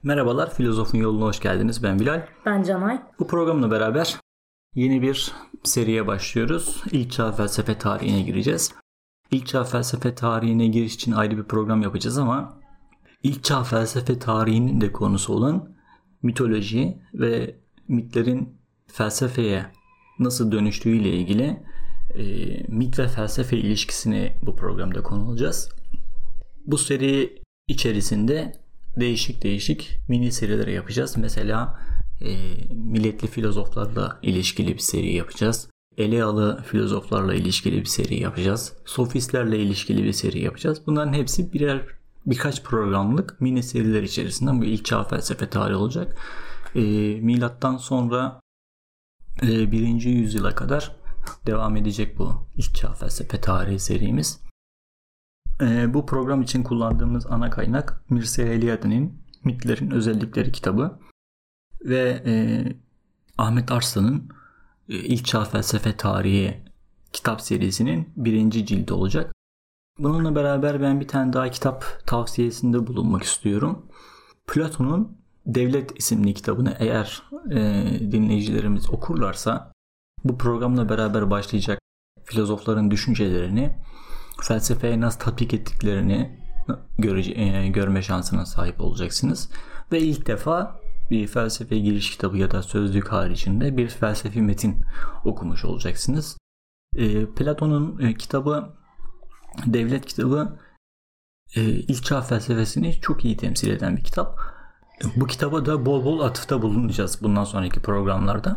Merhabalar, Filozofun Yoluna hoş geldiniz. Ben Bilal. Ben Canay. Bu programla beraber yeni bir seriye başlıyoruz. İlk Çağ Felsefe Tarihine gireceğiz. İlk Çağ Felsefe Tarihine giriş için ayrı bir program yapacağız ama İlk Çağ Felsefe Tarihinin de konusu olan mitoloji ve mitlerin felsefeye nasıl dönüştüğüyle ilgili mit ve felsefe ilişkisini bu programda konu alacağız. Bu seri içerisinde değişik mini seriler yapacağız. Mesela milletli filozoflarla ilişkili bir seri yapacağız. Elealı filozoflarla ilişkili bir seri yapacağız. Sofistlerle ilişkili bir seri yapacağız. Bunların hepsi birkaç programlık mini seriler içerisinden bu ilk çağ felsefe tarihi olacak. Milattan sonra 1. yüzyıla kadar devam edecek bu ilk çağ felsefe tarihi serimiz. Bu program için kullandığımız ana kaynak Mircea Eliade'nin Mitlerin Özellikleri kitabı ve Ahmet Arslan'ın İlk Çağ Felsefe Tarihi kitap serisinin 1. cildi olacak. Bununla beraber ben bir tane daha kitap tavsiyesinde bulunmak istiyorum. Platon'un Devlet isimli kitabını eğer dinleyicilerimiz okurlarsa bu programla beraber başlayacak filozofların düşüncelerini felsefeye nasıl tatbik ettiklerini görme şansına sahip olacaksınız. Ve ilk defa bir felsefe giriş kitabı ya da sözlük haricinde bir felsefi metin okumuş olacaksınız. Platon'un kitabı, Devlet kitabı, ilk çağ felsefesini çok iyi temsil eden bir kitap. Bu kitaba da bol bol atıfta bulunacağız bundan sonraki programlarda.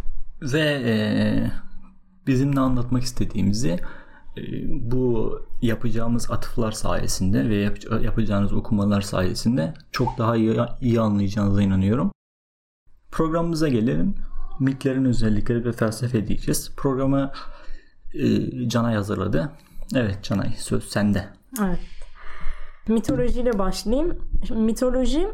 Ve bizim ne anlatmak istediğimizi bu yapacağımız atıflar sayesinde ve yapacağınız okumalar sayesinde çok daha iyi anlayacağınıza inanıyorum. Programımıza gelelim. Mitlerin özellikleri ve felsefe diyeceğiz. Programı Canay hazırladı. Evet Canay, söz sende. Evet. Mitolojiyle başlayayım. Şimdi mitoloji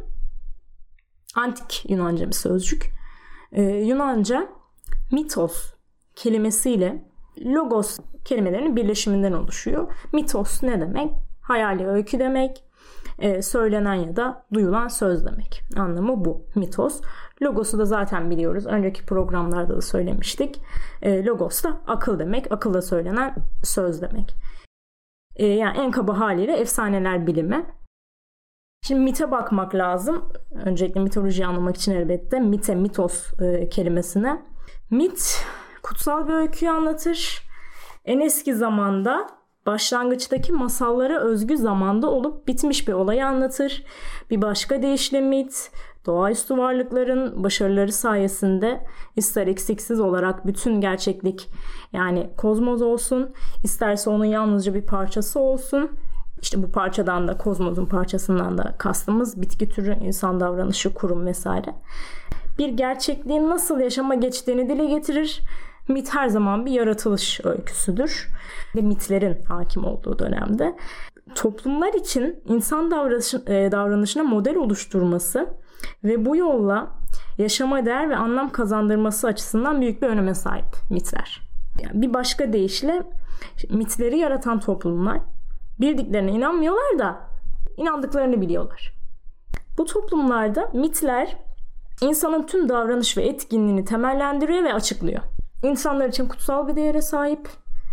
antik Yunanca bir sözcük. Yunanca mitos kelimesiyle logos kelimelerinin birleşiminden oluşuyor. Mitos ne demek? Hayali öykü demek. Söylenen ya da duyulan söz demek. Anlamı bu. Mitos. Logos'u da zaten biliyoruz. Önceki programlarda da söylemiştik. Logos da akıl demek. Akılla söylenen söz demek. Yani en kaba haliyle efsaneler bilimi. Şimdi mite bakmak lazım. Öncelikle mitolojiyi anlamak için elbette mitos kelimesine. Mit kutsal bir öyküyü anlatır. En eski zamanda başlangıçtaki masallara özgü zamanda olup bitmiş bir olayı anlatır. Bir başka deyişle mit, doğaüstü varlıkların başarıları sayesinde ister eksiksiz olarak bütün gerçeklik yani kozmos olsun, isterse onun yalnızca bir parçası olsun. İşte bu parçadan da kozmosun parçasından da kastımız bitki türü, insan davranışı, kurum vesaire. Bir gerçekliğin nasıl yaşama geçtiğini dile getirir. Mit her zaman bir yaratılış öyküsüdür. Ve mitlerin hakim olduğu dönemde toplumlar için insan davranışına model oluşturması ve bu yolla yaşama değer ve anlam kazandırması açısından büyük bir öneme sahip mitler. Yani bir başka deyişle mitleri yaratan toplumlar bildiklerine inanmıyorlar da inandıklarını biliyorlar. Bu toplumlarda mitler insanın tüm davranış ve etkinliğini temellendiriyor ve açıklıyor. İnsanlar için kutsal bir değere sahip.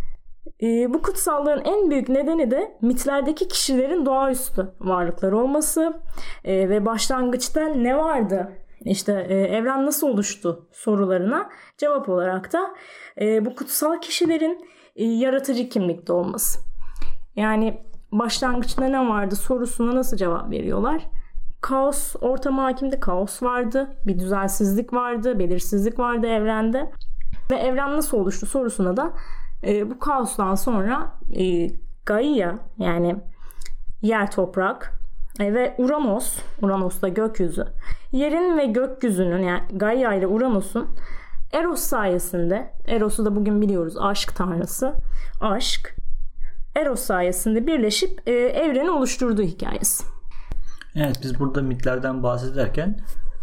Bu kutsallığın en büyük nedeni de mitlerdeki kişilerin doğaüstü varlıklar olması ve başlangıçta ne vardı, işte evren nasıl oluştu sorularına cevap olarak da bu kutsal kişilerin yaratıcı kimlikte olması. Yani başlangıçta ne vardı sorusuna nasıl cevap veriyorlar? Kaos ortamı hakimdi, kaos vardı, bir düzensizlik vardı, belirsizlik vardı evrende. Ve evren nasıl oluştu sorusuna da bu kaostan sonra Gaia yani yer toprak ve Uranos da gökyüzü. Yerin ve gökyüzünün yani Gaia ile Uranos'un Eros sayesinde, Eros'u da bugün biliyoruz aşk tanrısı, aşk, Eros sayesinde birleşip evreni oluşturduğu hikayesi. Evet, biz burada mitlerden bahsederken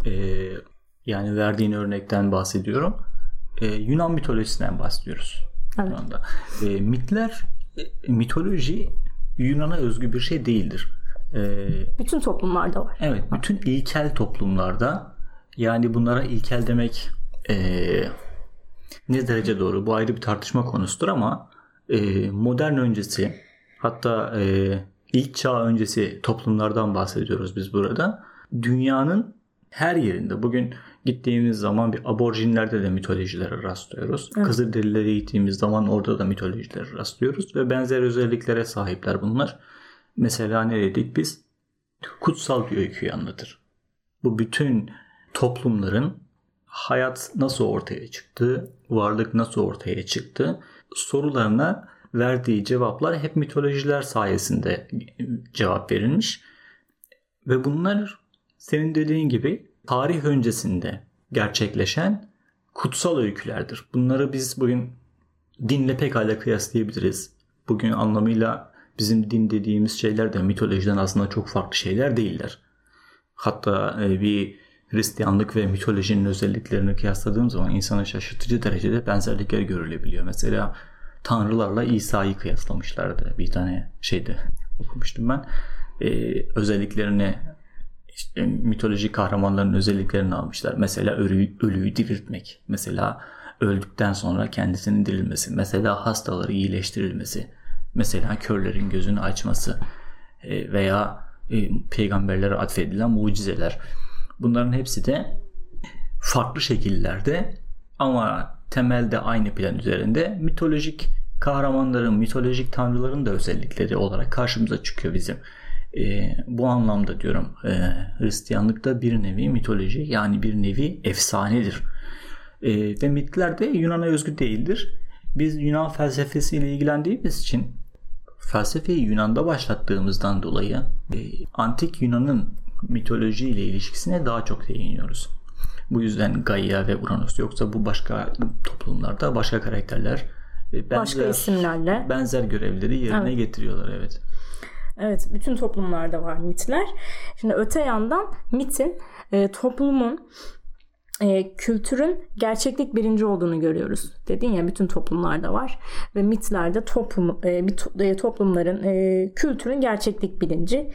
yani verdiğin örnekten bahsediyorum. Yunan mitolojisinden bahsediyoruz. Evet. Mitoloji Yunan'a özgü bir şey değildir. Bütün toplumlarda var. Evet, bütün ilkel toplumlarda, yani bunlara ilkel demek ne derece doğru? Bu ayrı bir tartışma konusudur ama modern öncesi, hatta ilk çağ öncesi toplumlardan bahsediyoruz biz burada. Dünyanın her yerinde bugün gittiğimiz zaman bir aborjinlerde de mitolojilere rastlıyoruz. Evet. Kızılderililere gittiğimiz zaman orada da mitolojilere rastlıyoruz ve benzer özelliklere sahipler bunlar. Mesela ne dedik biz? Kutsal bir öyküyü anlatır. Bu bütün toplumların hayat nasıl ortaya çıktı, varlık nasıl ortaya çıktı sorularına verdiği cevaplar hep mitolojiler sayesinde cevap verilmiş. Ve bunlar senin dediğin gibi tarih öncesinde gerçekleşen kutsal öykülerdir. Bunları biz bugün dinle pekala kıyaslayabiliriz. Bugün anlamıyla bizim din dediğimiz şeyler de mitolojiden aslında çok farklı şeyler değiller. Hatta bir Hristiyanlık ve mitolojinin özelliklerini kıyasladığım zaman insana şaşırtıcı derecede benzerlikler görülebiliyor. Mesela tanrılarla İsa'yı kıyaslamışlardı. Bir tane şeyde okumuştum ben. Özelliklerini, işte mitolojik kahramanların özelliklerini almışlar. Mesela ölüyü diriltmek. Mesela öldükten sonra kendisinin dirilmesi. Mesela hastaları iyileştirilmesi. Mesela körlerin gözünü açması. Veya peygamberlere atfedilen mucizeler. Bunların hepsi de farklı şekillerde ama temelde aynı plan üzerinde mitolojik kahramanların, mitolojik tanrıların da özellikleri olarak karşımıza çıkıyor bizim. Bu anlamda diyorum Hristiyanlıkta bir nevi mitoloji, yani bir nevi efsanedir. Ve mitler de Yunan'a özgü değildir. Biz Yunan felsefesiyle ilgilendiğimiz için felsefeyi Yunan'da başlattığımızdan dolayı antik Yunan'ın mitoloji ile ilişkisine daha çok değiniyoruz. Bu yüzden Gaia ve Uranüs, yoksa bu başka toplumlarda başka karakterler başka isimlerle benzer görevleri yerine getiriyorlar. Evet. Evet, bütün toplumlarda var mitler. Şimdi öte yandan mitin toplumun kültürün gerçeklik bilinci olduğunu görüyoruz. Dedin ya, bütün toplumlarda var ve mitlerde toplumların kültürün gerçeklik bilinci.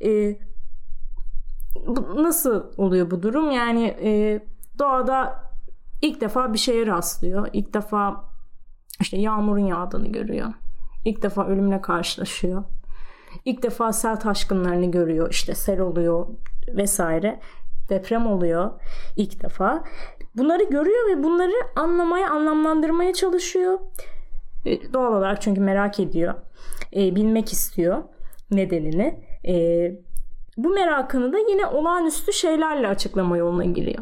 Nasıl oluyor bu durum? Yani doğada ilk defa bir şeye rastlıyor. İlk defa işte yağmurun yağdığını görüyor. İlk defa ölümle karşılaşıyor. İlk defa sel taşkınlarını görüyor. İşte sel oluyor vesaire. Deprem oluyor ilk defa. Bunları görüyor ve bunları anlamlandırmaya çalışıyor. Doğal olarak, çünkü merak ediyor. Bilmek istiyor nedenini. Bu merakını da yine olağanüstü şeylerle açıklama yoluna giriyor.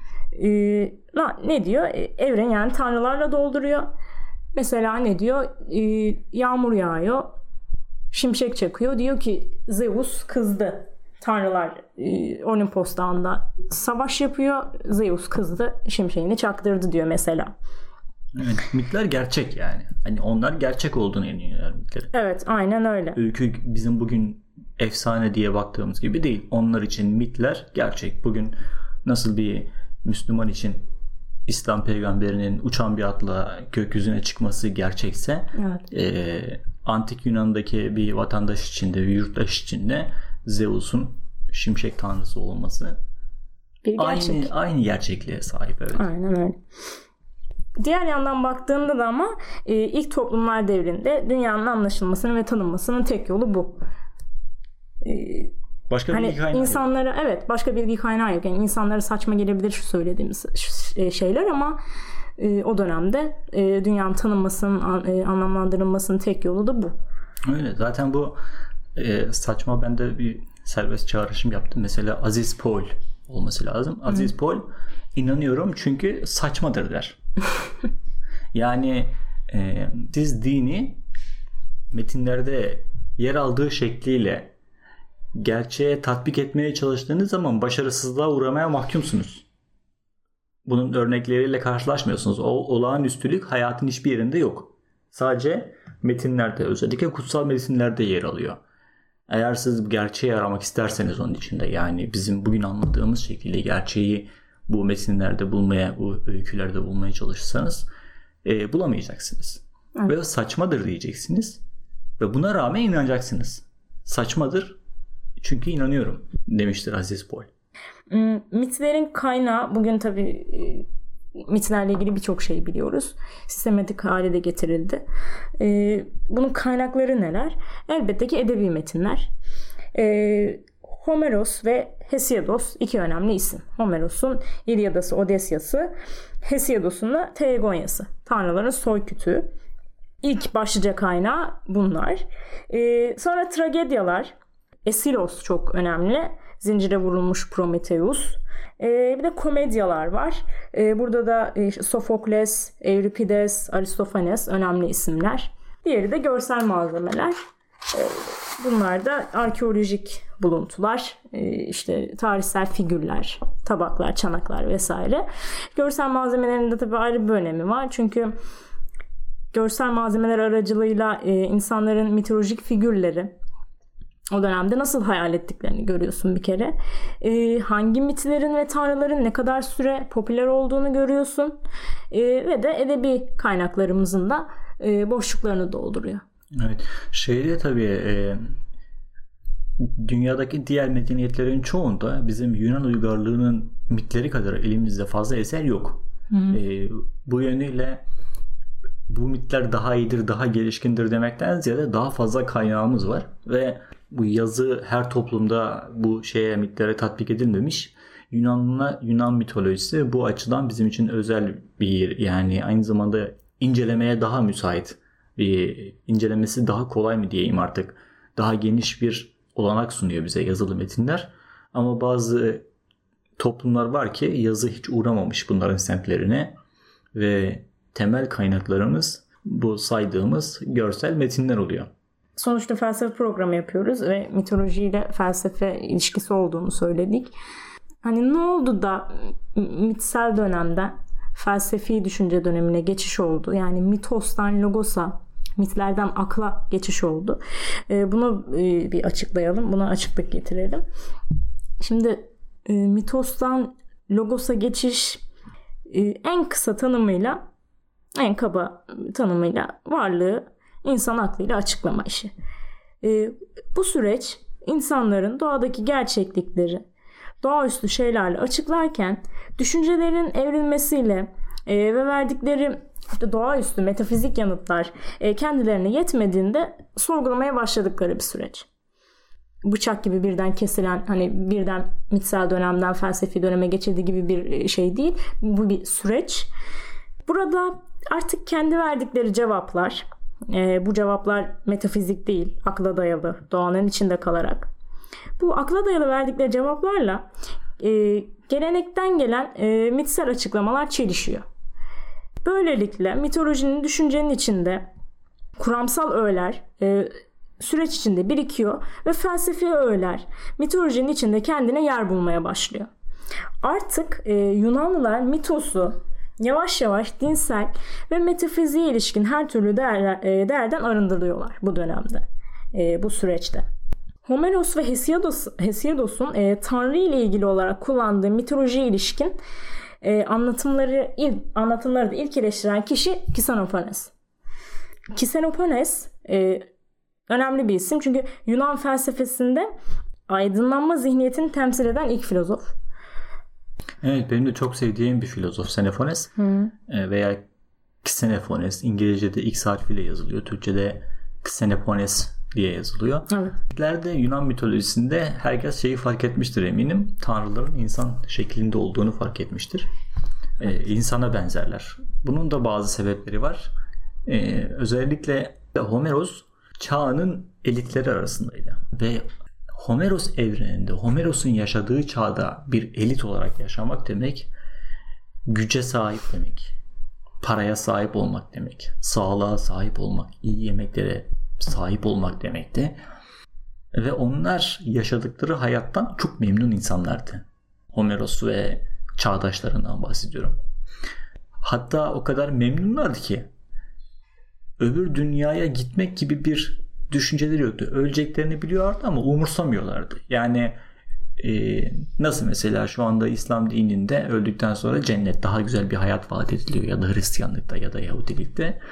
Ne diyor? Evren, yani tanrılarla dolduruyor. Mesela ne diyor? Yağmur yağıyor. Şimşek çakıyor. Diyor ki Zeus kızdı. Tanrılar Olimpos Dağı'nda savaş yapıyor. Zeus kızdı. Şimşeğini çaktırdı diyor mesela. Evet, mitler gerçek yani. Hani onlar gerçek olduğunu inanıyorlar mitleri. Evet, aynen öyle. Öykü bizim bugün efsane diye baktığımız gibi değil. Onlar için mitler gerçek. Bugün nasıl bir Müslüman için İslam peygamberinin uçan bir atla gökyüzüne çıkması gerçekse, evet, antik Yunan'daki bir vatandaş için de, bir yurttaş için de Zeus'un şimşek tanrısı olması bir gerçek. Aynı gerçekliğe sahip. Evet. Aynen öyle. Diğer yandan baktığında da ama ilk toplumlar devrinde dünyanın anlaşılmasının ve tanınmasının tek yolu bu. Başka bilgi kaynağı insanlara yok. Evet, başka bilgi kaynağı yok. Yani insanlara saçma gelebilir şu söylediğimiz şeyler ama o dönemde dünyanın tanınmasının, anlamlandırılmasının tek yolu da bu. Öyle. Zaten bu saçma, ben de bir serbest çağrışım yaptım. Mesela Aziz Paul olması lazım. Aziz Paul inanıyorum çünkü saçmadır der. Yani siz dini metinlerde yer aldığı şekliyle gerçeğe tatbik etmeye çalıştığınız zaman başarısızlığa uğramaya mahkumsunuz. Bunun örnekleriyle karşılaşmıyorsunuz. O olağanüstülük hayatın hiçbir yerinde yok. Sadece metinlerde, özellikle kutsal metinlerde yer alıyor. Eğer siz gerçeği aramak isterseniz onun içinde, yani bizim bugün anladığımız şekilde gerçeği bu metinlerde bulmaya, bu öykülerde bulmaya çalışırsanız bulamayacaksınız. Evet. Ve saçmadır diyeceksiniz ve buna rağmen inanacaksınız. Saçmadır, Çünkü inanıyorum demiştir Aziz Boy. Mitlerin kaynağı, bugün tabii mitlerle ilgili birçok şey biliyoruz. Sistematik hale de getirildi. Bunun kaynakları neler? Elbette ki edebi metinler. Homeros ve Hesiodos iki önemli isim. Homeros'un İlyadası, Odesyası, Hesiodos'un da Teogonyası. Tanrıların soykütüğü. İlk başlıca kaynağı bunlar. Sonra tragedyalar. Esilos çok önemli. Zincire vurulmuş Prometheus. Bir de komedyalar var. Burada da Sofokles, Euripides, Aristofanes önemli isimler. Diğeri de görsel malzemeler. Bunlar da arkeolojik buluntular, işte tarihsel figürler, tabaklar, çanaklar vesaire. Görsel malzemelerin de tabii ayrı bir önemi var. Çünkü görsel malzemeler aracılığıyla insanların mitolojik figürleri o dönemde nasıl hayal ettiklerini görüyorsun bir kere. Hangi mitlerin ve tanrıların ne kadar süre popüler olduğunu görüyorsun. Ve de edebi kaynaklarımızın da boşluklarını dolduruyor. Evet. Şeyde tabii dünyadaki diğer medeniyetlerin çoğunda bizim Yunan uygarlığının mitleri kadar elimizde fazla eser yok. Bu yönüyle bu mitler daha iyidir, daha gelişkindir demekten ziyade daha fazla kaynağımız var ve bu yazı her toplumda bu mitlere tatbik edilmemiş. Yunan mitolojisi bu açıdan bizim için özel bir, yani aynı zamanda incelemeye daha müsait, incelemesi daha kolay mı diyeyim artık, daha geniş bir olanak sunuyor bize yazılı metinler. Ama bazı toplumlar var ki yazı hiç uğramamış bunların semtlerine ve temel kaynaklarımız bu saydığımız görsel metinler oluyor. Sonuçta felsefe programı yapıyoruz ve mitolojiyle felsefe ilişkisi olduğunu söyledik. Hani ne oldu da mitsel dönemden felsefi düşünce dönemine geçiş oldu? Yani mitostan logosa, mitlerden akla geçiş oldu. Bunu bir açıklayalım, buna açıklık getirelim. Şimdi mitostan logosa geçiş en kısa tanımıyla, en kaba tanımıyla varlığı insan aklıyla açıklama işi. Bu süreç insanların doğadaki gerçeklikleri doğaüstü şeylerle açıklarken düşüncelerin evrilmesiyle ve verdikleri doğaüstü metafizik yanıtlar kendilerine yetmediğinde sorgulamaya başladıkları bir süreç. Bıçak gibi birden kesilen, hani birden mitsel dönemden felsefi döneme geçildiği gibi bir şey değil. Bu bir süreç. Burada artık kendi verdikleri cevaplar, bu cevaplar metafizik değil, akla dayalı, doğanın içinde kalarak. Bu akla dayalı verdikleri cevaplarla gelenekten gelen mitsel açıklamalar çelişiyor. Böylelikle mitolojinin, düşüncenin içinde kuramsal öğeler süreç içinde birikiyor ve felsefi öğeler mitolojinin içinde kendine yer bulmaya başlıyor. Artık Yunanlılar mitosu yavaş yavaş dinsel ve metafiziğe ilişkin her türlü değerden arındırıyorlar bu dönemde, bu süreçte. Homeros ve Hesiodos'un Tanrı ile ilgili olarak kullandığı mitolojiye ilişkin anlatımları da ilk eleştiren kişi Kisenopones. Kisenopones önemli bir isim çünkü Yunan felsefesinde aydınlanma zihniyetini temsil eden ilk filozof. Evet, benim de çok sevdiğim bir filozof Xenophon veya Xenophon. İngilizce'de X harfiyle yazılıyor. Türkçe'de Xenopones diye yazılıyor. Evet. İleride Yunan mitolojisinde herkes şeyi fark etmiştir eminim. Tanrıların insan şeklinde olduğunu fark etmiştir. İnsana benzerler. Bunun da bazı sebepleri var. Özellikle Homeros çağının elitleri arasındaydı. Ve Homeros evreninde, Homeros'un yaşadığı çağda bir elit olarak yaşamak demek, güce sahip demek, paraya sahip olmak demek, sağlığa sahip olmak, iyi yemeklere sahip olmak demekti. Ve onlar yaşadıkları hayattan çok memnun insanlardı. Homeros ve çağdaşlarından bahsediyorum. Hatta o kadar memnunlardı ki öbür dünyaya gitmek gibi bir düşünceleri yoktu. Öleceklerini biliyorlardı ama umursamıyorlardı. Yani nasıl mesela şu anda İslam dininde öldükten sonra cennet, daha güzel bir hayat vaat ediliyor ya da Hristiyanlıkta ya da Yahudilikte.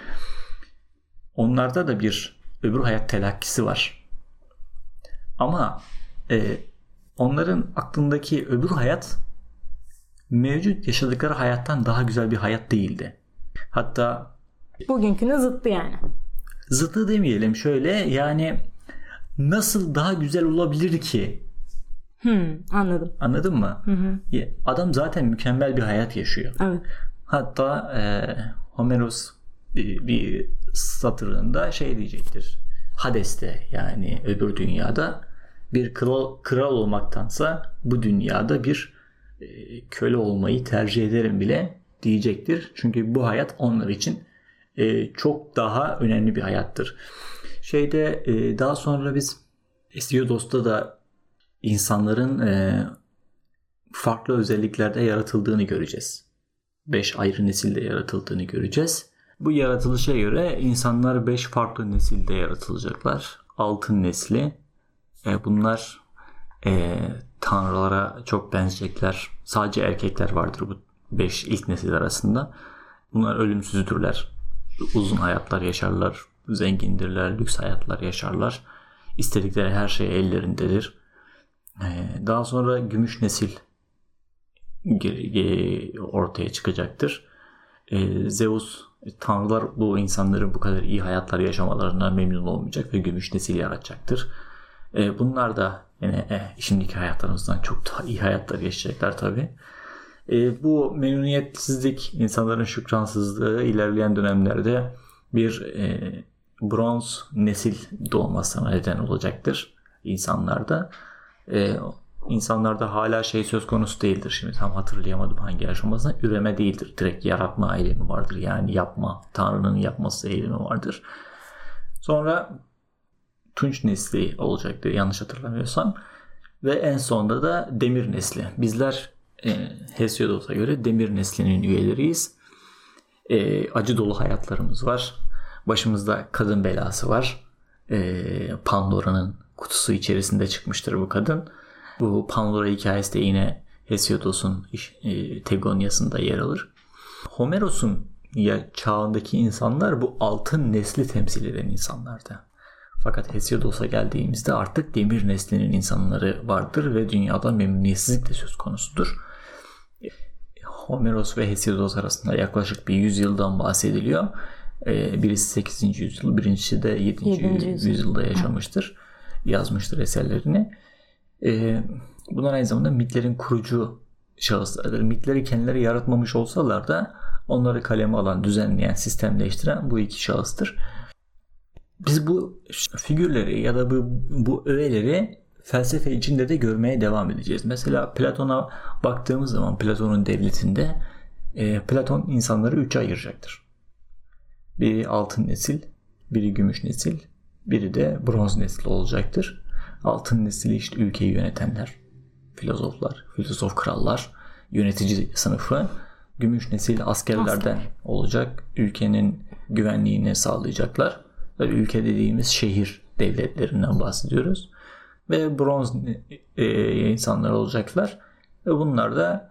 Onlarda da bir öbür hayat telakkisi var. Ama onların aklındaki öbür hayat mevcut yaşadıkları hayattan daha güzel bir hayat değildi. Hatta bugünkünün zıttı yani. Zıttı demeyelim, şöyle yani nasıl daha güzel olabilir ki? Anladım. Anladın mı? Hı. Adam zaten mükemmel bir hayat yaşıyor. Evet. Hatta Homeros bir satırında şey diyecektir. Hades'te, yani öbür dünyada bir kral olmaktansa bu dünyada bir köle olmayı tercih ederim bile diyecektir. Çünkü bu hayat onlar için çok daha önemli bir hayattır. Daha sonra biz Hesiodos'ta da insanların farklı özelliklerde yaratıldığını göreceğiz. 5 ayrı nesilde yaratıldığını göreceğiz. Bu yaratılışa göre insanlar 5 farklı nesilde yaratılacaklar. Altın nesli. Bunlar tanrılara çok benzeyecekler. Sadece erkekler vardır bu 5 ilk nesil arasında. Bunlar ölümsüzdürler. Uzun hayatlar yaşarlar. Zengindirler. Lüks hayatlar yaşarlar. İstedikleri her şey ellerindedir. Daha sonra gümüş nesil ortaya çıkacaktır. Zeus, tanrılar bu insanların bu kadar iyi hayatlar yaşamalarına memnun olmayacak ve gümüş nesil yaratacaktır. Bunlar da yine şimdiki hayatlarımızdan çok daha iyi hayatlar yaşayacaklar tabii. Bu memnuniyetsizlik, insanların şükransızlığı ilerleyen dönemlerde bir bronz nesil doğmasına neden olacaktır insanlarda. İnsanlarda hala söz konusu değildir. Şimdi tam hatırlayamadım hangi aşamasında. Üreme değildir. Direkt yaratma eylemi vardır. Yani yapma. Tanrı'nın yapması eylemi vardır. Sonra Tunç nesli olacaktır yanlış hatırlamıyorsam. Ve en sonunda da demir nesli. Bizler Hesiodos'a göre demir neslinin üyeleriyiz. Acı dolu hayatlarımız var. Başımızda kadın belası var. Pandora'nın kutusu içerisinde çıkmıştır bu kadın. Bu Pandora hikayesi de yine Hesiodos'un Tegonyası'nda yer alır. Homeros'un çağındaki insanlar bu altın nesli temsil eden insanlardı. Fakat Hesiodos'a geldiğimizde artık demir neslinin insanları vardır ve dünyada memnuniyetsizlik de söz konusudur. Homeros ve Hesiodos arasında yaklaşık bir 100 yıldan bahsediliyor. Birisi 8. yüzyıl, birincisi de 7. yüzyılda yaşamıştır. Yazmıştır eserlerini. Bunlar aynı zamanda mitlerin kurucu şahıslardır. Mitleri kendileri yaratmamış olsalar da onları kaleme alan, düzenleyen, sistemleştiren bu iki şahıstır. Biz bu figürleri ya da bu öğeleri felsefe içinde de görmeye devam edeceğiz. Mesela Platon'a baktığımız zaman Platon'un devletinde Platon insanları 3'e ayıracaktır. Biri altın nesil, biri gümüş nesil, biri de bronz nesil olacaktır. Altın nesili işte ülkeyi yönetenler, filozoflar, filozof krallar, yönetici sınıfı. Gümüş nesil askerlerden olacak. Ülkenin güvenliğini sağlayacaklar. Tabii ülke dediğimiz şehir devletlerinden bahsediyoruz. Ve bronz insanlar olacaklar. Ve bunlar da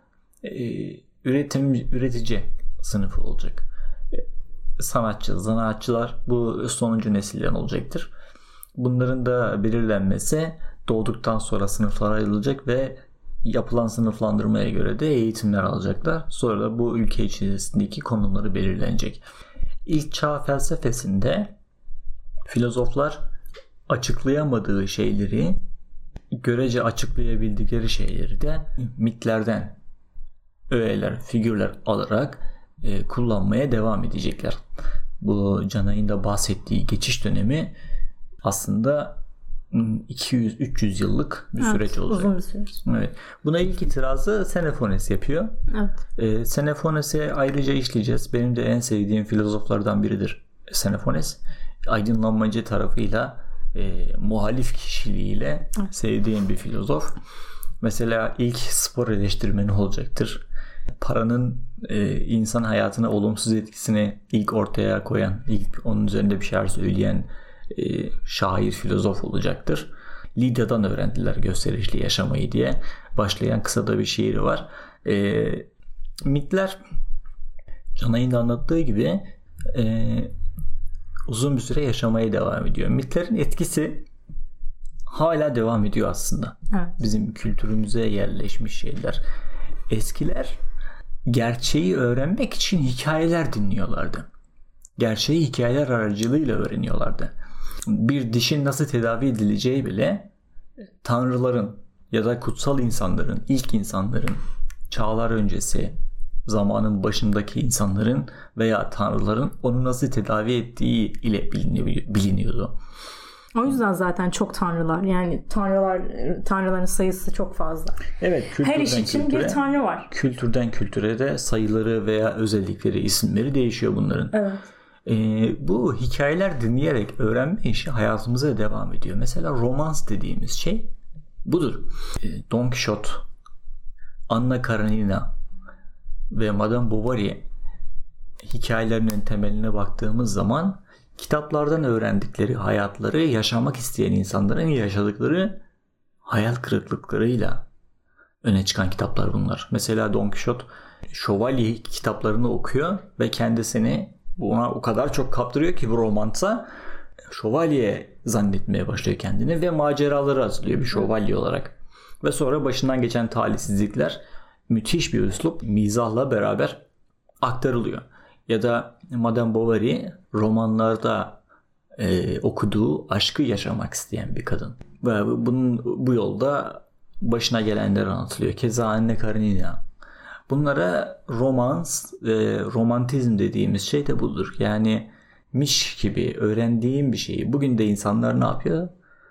üretici sınıfı olacak. Sanatçı, zanaatçılar bu sonuncu nesilden olacaktır. Bunların da belirlenmesi doğduktan sonra sınıflara ayrılacak ve yapılan sınıflandırmaya göre de eğitimler alacaklar. Sonra da bu ülke içerisindeki konumları belirlenecek. İlk çağ felsefesinde filozoflar açıklayamadığı şeyleri, görece açıklayabildikleri şeyleri de mitlerden öğeler, figürler alarak kullanmaya devam edecekler. Bu Canay'ın da bahsettiği geçiş dönemi aslında 200-300 yıllık bir süreç olacak. Uzun bir süreç. Evet. Buna ilk itirazı Xenophonès yapıyor. Evet. Xenophonès'i ayrıca işleyeceğiz. Benim de en sevdiğim filozoflardan biridir Xenophonès. Aydınlanmacı tarafıyla, muhalif kişiliğiyle sevdiğim bir filozof. Mesela ilk spor eleştirmeni olacaktır. Paranın insan hayatına olumsuz etkisini ilk ortaya koyan, ilk onun üzerinde bir şeyler söyleyen şair, filozof olacaktır. Lidya'dan öğrendiler gösterişli yaşamayı diye başlayan kısa da bir şiiri var. Mitler Canay'ın da anlattığı gibi uzun bir süre yaşamaya devam ediyor. Mitlerin etkisi hala devam ediyor aslında. Evet. Bizim kültürümüze yerleşmiş şeyler. Eskiler gerçeği öğrenmek için hikayeler dinliyorlardı. Gerçeği hikayeler aracılığıyla öğreniyorlardı. Bir dişin nasıl tedavi edileceği bile tanrıların ya da kutsal insanların, ilk insanların, çağlar öncesi, zamanın başındaki insanların veya tanrıların onu nasıl tedavi ettiği ile biliniyordu. O yüzden zaten çok tanrılar. Yani tanrıların sayısı çok fazla. Evet, her iş için kültüre, bir tanrı var. Kültürden kültüre de sayıları veya özellikleri, isimleri değişiyor bunların. Evet. Bu hikayeler dinleyerek öğrenme işi hayatımıza devam ediyor. Mesela romans dediğimiz şey budur. Don Quixote, Anna Karenina ve Madame Bovary hikayelerinin temeline baktığımız zaman kitaplardan öğrendikleri hayatları yaşamak isteyen insanların yaşadıkları hayal kırıklıklarıyla öne çıkan kitaplar bunlar. Mesela Don Quixote şövalye kitaplarını okuyor ve kendisini buna o kadar çok kaptırıyor ki bu romansa şövalye zannetmeye başlıyor kendini ve maceraları hazırlıyor bir şövalye olarak. Ve sonra başından geçen talihsizlikler müthiş bir üslup, mizahla beraber aktarılıyor. Ya da Madame Bovary romanlarda okuduğu aşkı yaşamak isteyen bir kadın. Ve bu yolda başına gelenler anlatılıyor. Keza Anna Karenina. Bunlara romans, romantizm dediğimiz şey de budur. Yani miş gibi öğrendiğim bir şeyi. Bugün de insanlar ne yapıyor?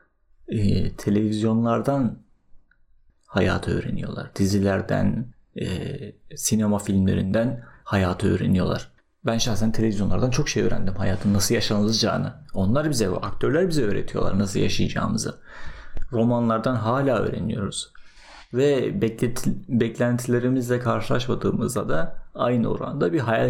Televizyonlardan hayatı öğreniyorlar. Dizilerden, sinema filmlerinden hayatı öğreniyorlar. Ben şahsen televizyonlardan çok şey öğrendim. Hayatın nasıl yaşanılacağını. Onlar bize, aktörler bize öğretiyorlar nasıl yaşayacağımızı. Romanlardan hala öğreniyoruz. Ve beklentilerimizle karşılaşmadığımızda da aynı oranda bir hayal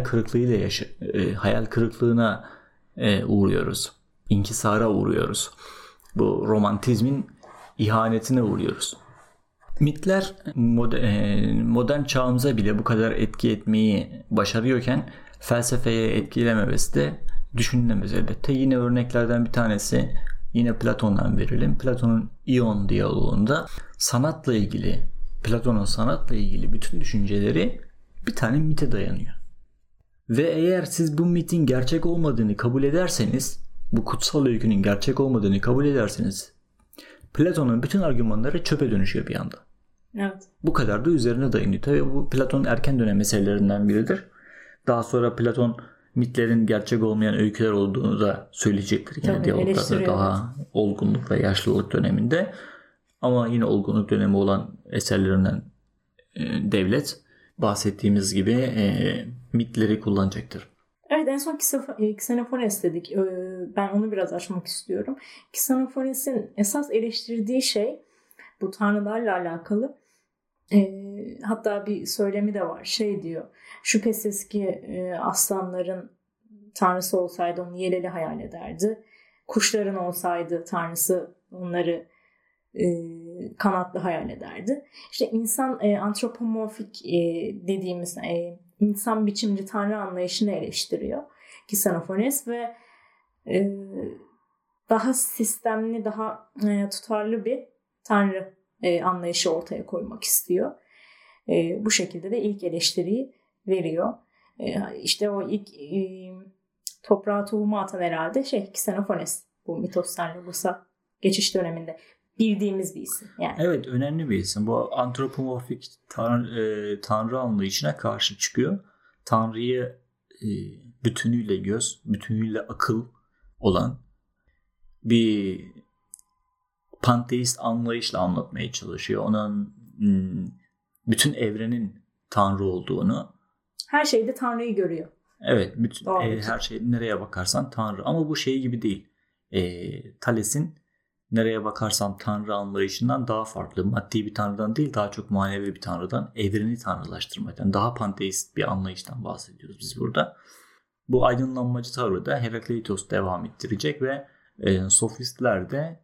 kırıklığına uğruyoruz. İnkisara uğruyoruz. Bu romantizmin ihanetine uğruyoruz. Mitler modern çağımıza bile bu kadar etki etmeyi başarıyorken felsefeye etkilememesi de düşünülemez elbette. Yine örneklerden bir tanesi yine Platon'dan verelim. Platon'un İon diyaloğunda Platon'un sanatla ilgili bütün düşünceleri bir tane mite dayanıyor. Ve eğer siz bu mitin gerçek olmadığını kabul ederseniz, bu kutsal öykünün gerçek olmadığını kabul ederseniz Platon'un bütün argümanları çöpe dönüşüyor bir anda. Evet. Bu kadar da üzerine dayanıyor. Tabii bu Platon'un erken dönem eserlerinden biridir. Daha sonra Platon mitlerin gerçek olmayan öyküler olduğunu da söyleyecektir. Yani diyaloglarda daha olgunluk ve yaşlılık döneminde. Ama yine olgunluk dönemi olan eserlerinden Devlet bahsettiğimiz gibi mitleri kullanacaktır. Evet, en son Xenophonès dedik. Ben onu biraz açmak istiyorum. Xenophones'in esas eleştirdiği şey bu tanrılarla alakalı. Hatta bir söylemi de var. Şey diyor. Şüphesiz ki aslanların tanrısı olsaydı onu yeleli hayal ederdi. Kuşların olsaydı tanrısı onları kanatlı hayal ederdi. İşte insan antropomorfik dediğimiz insan biçimci tanrı anlayışını eleştiriyor Xenophones ve daha sistemli, daha tutarlı bir tanrı anlayışı ortaya koymak istiyor. Bu şekilde de ilk eleştiriyi veriyor. İşte o ilk toprağa tohumu atan herhalde Xenophones, bu mitostan logosa geçiş döneminde bildiğimiz bir isim. Yani. Evet, önemli bir isim. Bu antropomorfik tanrı anlayışına karşı çıkıyor. Tanrıyı bütünüyle göz, bütünüyle akıl olan bir panteist anlayışla anlatmaya çalışıyor. Onun bütün evrenin tanrı olduğunu. Her şeyde tanrıyı görüyor. Evet, bütün her şey nereye bakarsan tanrı. Ama bu şey gibi değil. Thales'in nereye bakarsan tanrı anlayışından daha farklı. Maddi bir tanrıdan değil, daha çok manevi bir tanrıdan, evreni tanrılaştırmaktan, daha panteist bir anlayıştan bahsediyoruz biz burada. Bu aydınlanmacı tavrı da Herakleitos devam ettirecek ve sofistler de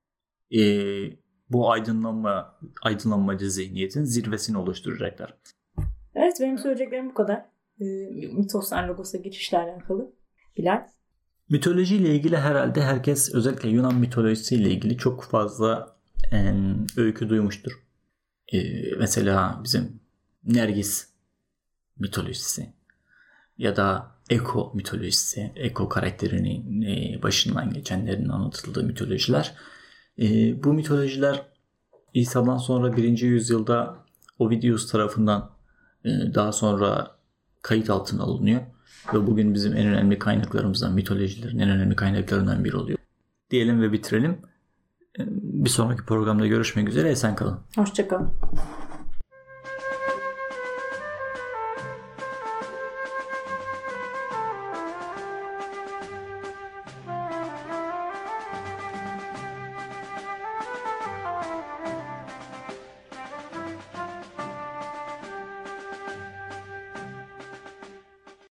bu aydınlanmacı zihniyetin zirvesini oluşturacaklar. Evet, benim söyleyeceklerim bu kadar. Mitostan logosa geçişle alakalı. Bilal? Mitolojiyle ilgili herhalde herkes, özellikle Yunan mitolojisiyle ilgili çok fazla öykü duymuştur. Mesela bizim Nergis mitolojisi ya da Eko mitolojisi, Eko karakterinin başından geçenlerin anlatıldığı mitolojiler. Bu mitolojiler İsa'dan sonra 1. yüzyılda Ovidius tarafından daha sonra kayıt altına alınıyor ve bugün bizim en önemli kaynaklarımızdan, mitolojilerin en önemli kaynaklarından biri oluyor. Diyelim ve bitirelim. Bir sonraki programda görüşmek üzere. Esen kalın. Hoşça kalın.